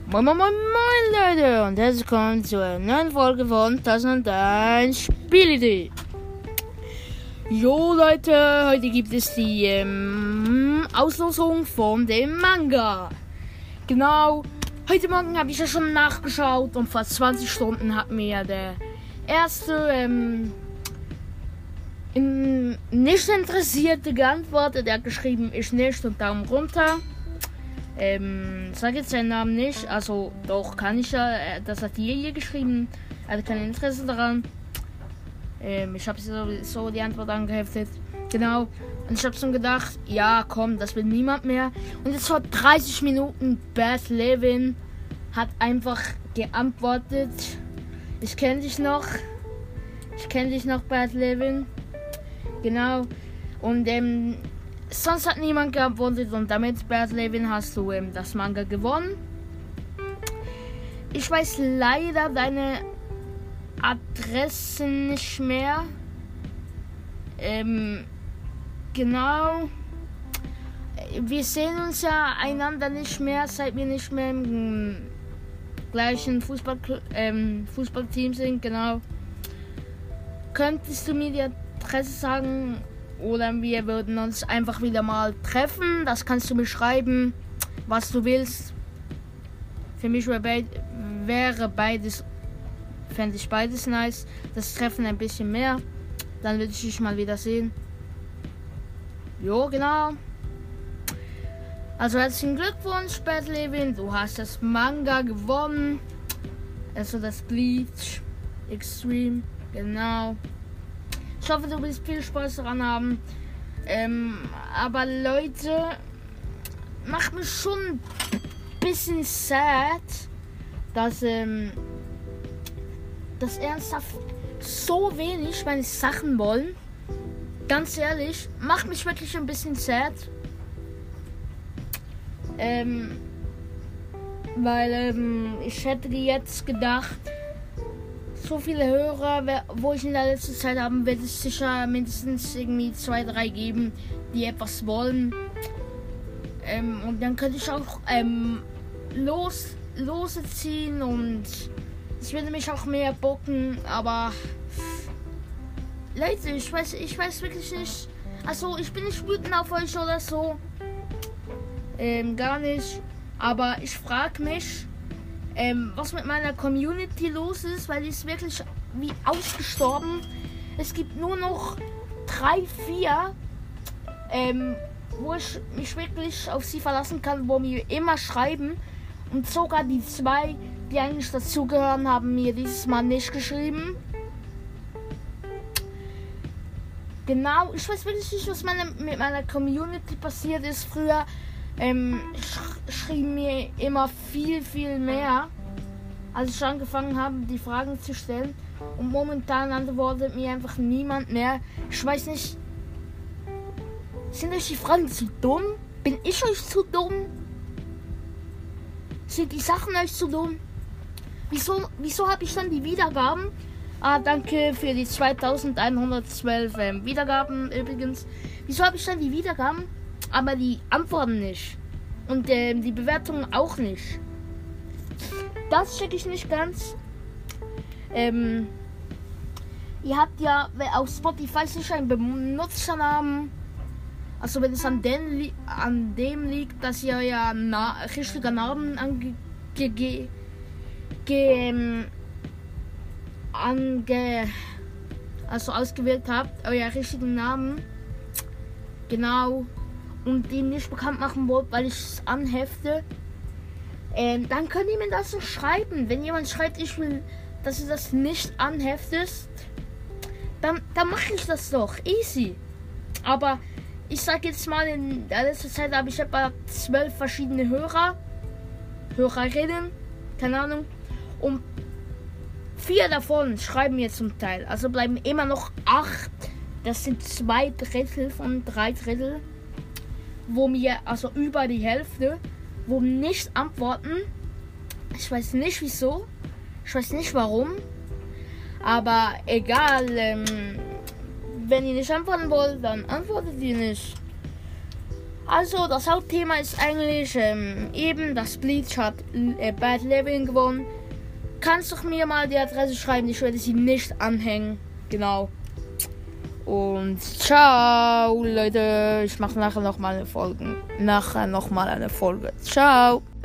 Moin Moin Moin Moin Leute und herzlich willkommen zu einer neuen Folge von Das und Dein Spielidee. Jo Leute, heute gibt es die Auslosung von dem Manga. Genau, heute Morgen habe ich ja schon nachgeschaut und vor 20 Stunden hat mir der erste nicht Interessierte geantwortet. Er hat geschrieben, ich nicht und Daumen runter. Sag jetzt seinen Namen nicht, also doch kann ich ja, das hat hier geschrieben, er hat kein Interesse daran. Ich habe so die Antwort angeheftet, genau, und ich habe schon gedacht, ja komm, das will niemand mehr. Und jetzt vor 30 Minuten Beth Levin hat einfach geantwortet, ich kenne dich noch Beth Levin, genau, und sonst hat niemand geantwortet und damit, Beth Levin, hast du das Manga gewonnen. Ich weiß leider deine Adresse nicht mehr. Genau. Wir sehen uns ja einander nicht mehr, seit wir nicht mehr im gleichen Fußballteam sind. Genau. Könntest du mir die Adresse sagen? Oder wir würden uns einfach wieder mal treffen. Das kannst du mir schreiben, was du willst. Für mich fände ich beides nice. Das Treffen ein bisschen mehr. Dann würde ich dich mal wieder sehen. Jo, genau. Also herzlichen Glückwunsch, Beth Levin. Du hast das Manga gewonnen. Also das Bleach Extreme. Genau. Ich hoffe, du wirst viel Spaß daran haben. Aber Leute, macht mich schon ein bisschen sad, dass ernsthaft so wenig meine Sachen wollen. Ganz ehrlich, macht mich wirklich ein bisschen sad. Weil ich hätte jetzt gedacht, so viele Hörer, wo ich in der letzten Zeit haben, wird es sicher mindestens irgendwie 2, 3 geben, die etwas wollen. Und dann könnte ich auch Lose ziehen und es würde mich auch mehr bocken, aber Leute, ich weiß wirklich nicht. Also ich bin nicht wütend auf euch oder so. Gar nicht. Aber ich frage mich, was mit meiner Community los ist, weil die ist wirklich wie ausgestorben. Es gibt nur noch 3, 4, wo ich mich wirklich auf sie verlassen kann, wo mir immer schreiben. Und sogar die 2, die eigentlich dazugehören, haben mir dieses Mal nicht geschrieben. Genau, ich weiß wirklich nicht, was mit meiner Community passiert ist. Früher schrieben mir immer viel, viel mehr, als ich angefangen habe, die Fragen zu stellen. Und momentan antwortet mir einfach niemand mehr. Ich weiß nicht, sind euch die Fragen zu dumm? Bin ich euch zu dumm? Sind die Sachen euch zu dumm? Wieso habe ich dann die Wiedergaben? Danke für die 2112 Wiedergaben übrigens. Wieso habe ich dann die Wiedergaben, aber die Antworten nicht? Und die Bewertungen auch nicht? Das checke ich nicht ganz. Ihr habt ja auf Spotify sicher einen Benutzernamen. Also wenn es an dem liegt, dass ihr ja richtiger Namen ausgewählt habt, euer richtigen Namen. Genau. Und den nicht bekannt machen wollt, weil ich es anhefte. Dann könnt ihr mir das so schreiben. Wenn jemand schreibt, ich will, dass du das nicht anheftest, dann mache ich das doch. Easy. Aber ich sage jetzt mal, in der letzten Zeit habe ich etwa 12 verschiedene Hörerinnen, keine Ahnung. Und 4 davon schreiben mir zum Teil. Also bleiben immer noch 8. Das sind 2 Drittel von 3 Drittel. Wo mir, also über die Hälfte, wo nicht antworten. Ich weiß nicht wieso. Ich weiß nicht warum. Aber egal. Wenn ihr nicht antworten wollt, dann antwortet ihr nicht. Also, das Hauptthema ist eigentlich eben, dass Bleach hat Bad Living gewonnen. Kannst du mir mal die Adresse schreiben? Ich werde sie nicht anhängen. Genau. Und ciao, Leute. Ich mache nachher nochmal eine Folge. Ciao.